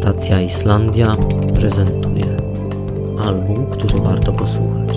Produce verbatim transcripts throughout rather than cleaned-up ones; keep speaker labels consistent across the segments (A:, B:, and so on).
A: Stacja Islandia prezentuje album, który warto posłuchać.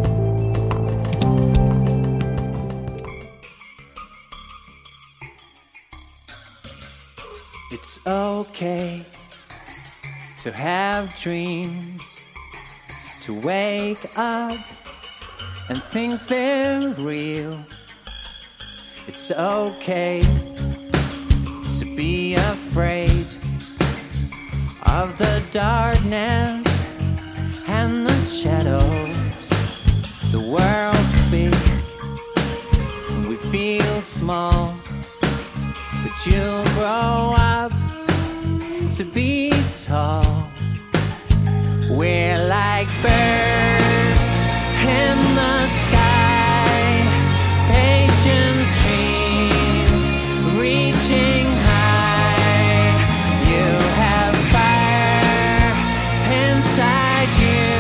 B: It's okay to have dreams, to wake up and think they're real. It's okay to be afraid of the darkness and the shadows. The world's big and we feel small, but you'll grow up to be tall. We're like birds in the sky, patient dreams reaching high. You have fire inside you,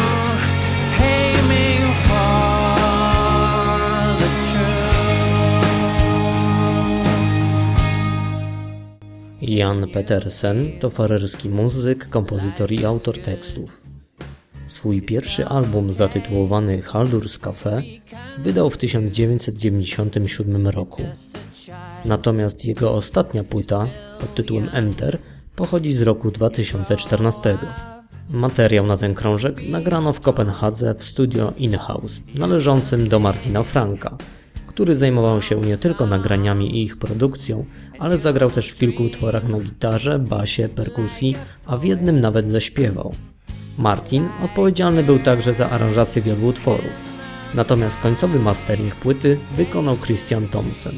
B: aiming for the truth.
A: Jan Petersen to farerski muzyk, kompozytor i autor tekstów. Swój pierwszy album zatytułowany Haldur's Café wydał w tysiąc dziewięćset dziewięćdziesiątym siódmym roku. Natomiast jego ostatnia płyta pod tytułem Enter pochodzi z roku dwa tysiące czternastego. Materiał na ten krążek nagrano w Kopenhadze w studio In-House należącym do Martina Franka, który zajmował się nie tylko nagraniami i ich produkcją, ale zagrał też w kilku utworach na gitarze, basie, perkusji, a w jednym nawet zaśpiewał. Martin odpowiedzialny był także za aranżację wielu utworów, natomiast końcowy mastering płyty wykonał Christian Thomsen.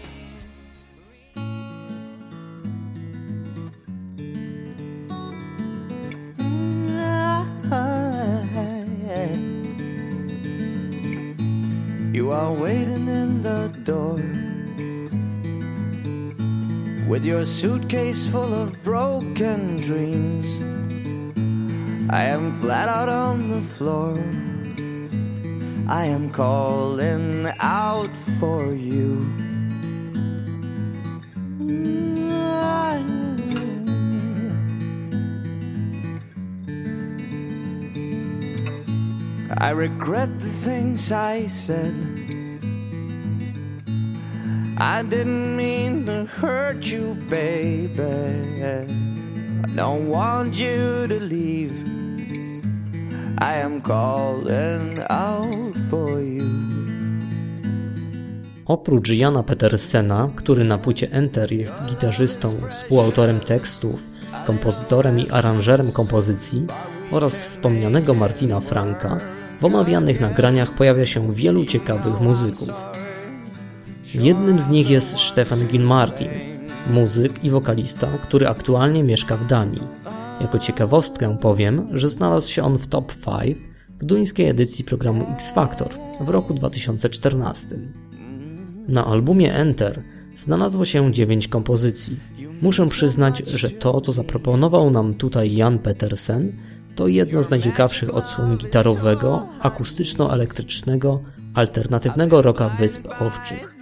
B: You are waiting in the door with your suitcase full of broken dreams. I am flat out on the floor. I am calling out for you. I regret the things I said. I didn't mean to hurt you, baby. I don't want you to leave. I am calling out for you.
A: Oprócz Jana Petersena, który na płycie Enter jest gitarzystą, współautorem tekstów, kompozytorem i aranżerem kompozycji oraz wspomnianego Martina Franka, w omawianych nagraniach pojawia się wielu ciekawych muzyków. Jednym z nich jest Stefan Gilmartin, muzyk i wokalista, który aktualnie mieszka w Danii. Jako ciekawostkę powiem, że znalazł się on w top pięć w duńskiej edycji programu X Factor w roku dwa tysiące czternastym. Na albumie Enter znalazło się dziewięć kompozycji. Muszę przyznać, że to, co zaproponował nam tutaj Jan Petersen, to jedno z najciekawszych odsłon gitarowego, akustyczno-elektrycznego, alternatywnego rocka Wysp Owczych.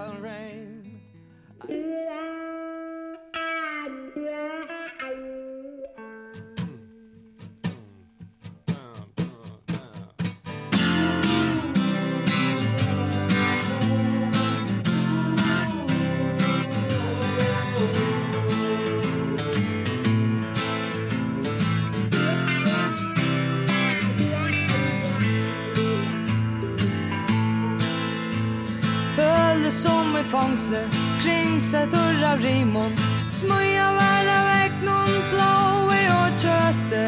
C: Som i fångslet kring seg dörra rimon smøya være vekk noen blåe og kjøtte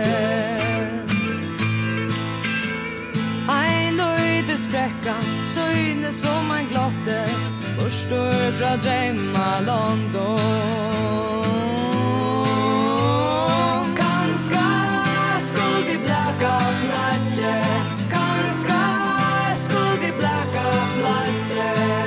C: Ein løyde sprekka søyne som en glotte Forstor fra drømma London Kanskje skulle vi blaka platsje Kanskje skulle vi blaka platsje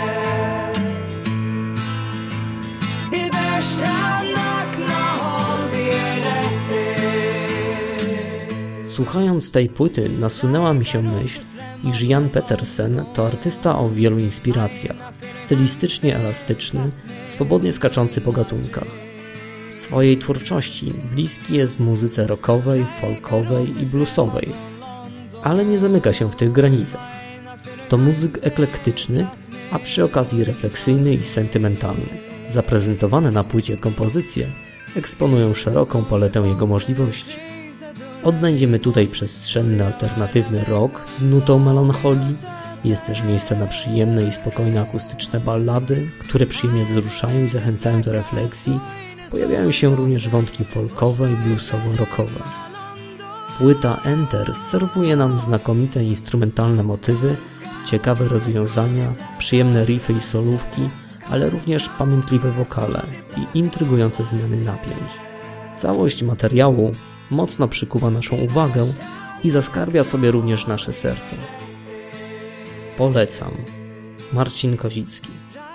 A: Słuchając tej płyty nasunęła mi się myśl, iż Jan Petersen to artysta o wielu inspiracjach, stylistycznie elastyczny, swobodnie skaczący po gatunkach. W swojej twórczości bliski jest muzyce rockowej, folkowej i bluesowej, ale nie zamyka się w tych granicach. To muzyk eklektyczny, a przy okazji refleksyjny i sentymentalny. Zaprezentowane na płycie kompozycje eksponują szeroką paletę jego możliwości. Odnajdziemy tutaj przestrzenny, alternatywny rock z nutą melancholii. Jest też miejsce na przyjemne i spokojne akustyczne ballady, które przyjemnie wzruszają i zachęcają do refleksji. Pojawiają się również wątki folkowe i bluesowo-rockowe. Płyta Enter serwuje nam znakomite instrumentalne motywy, ciekawe rozwiązania, przyjemne riffy i solówki, ale również pamiętliwe wokale i intrygujące zmiany napięć. Całość materiału mocno przykuwa naszą uwagę i zaskarbia sobie również nasze serce. Polecam. Marcin Kozicki.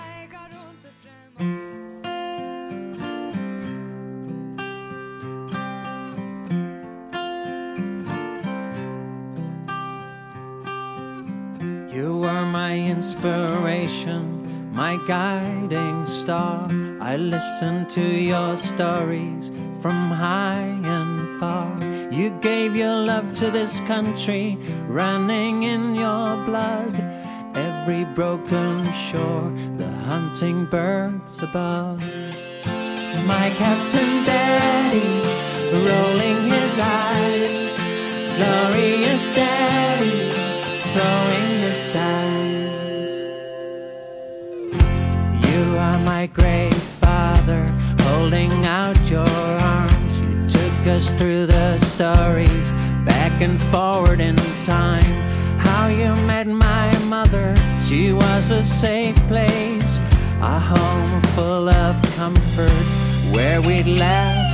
B: You are my inspiration, my guiding star. I listen to your stories from high and far. You gave your love to this country, running in your blood. Every broken shore, the hunting birds above. My Captain Daddy, rolling his eyes. Glorious Daddy, throwing his dice. You are my great Father, holding out your arms. You took us through the stories, back and forward in time. How you met my mother, she was a safe place, a home full of comfort, where we'd laugh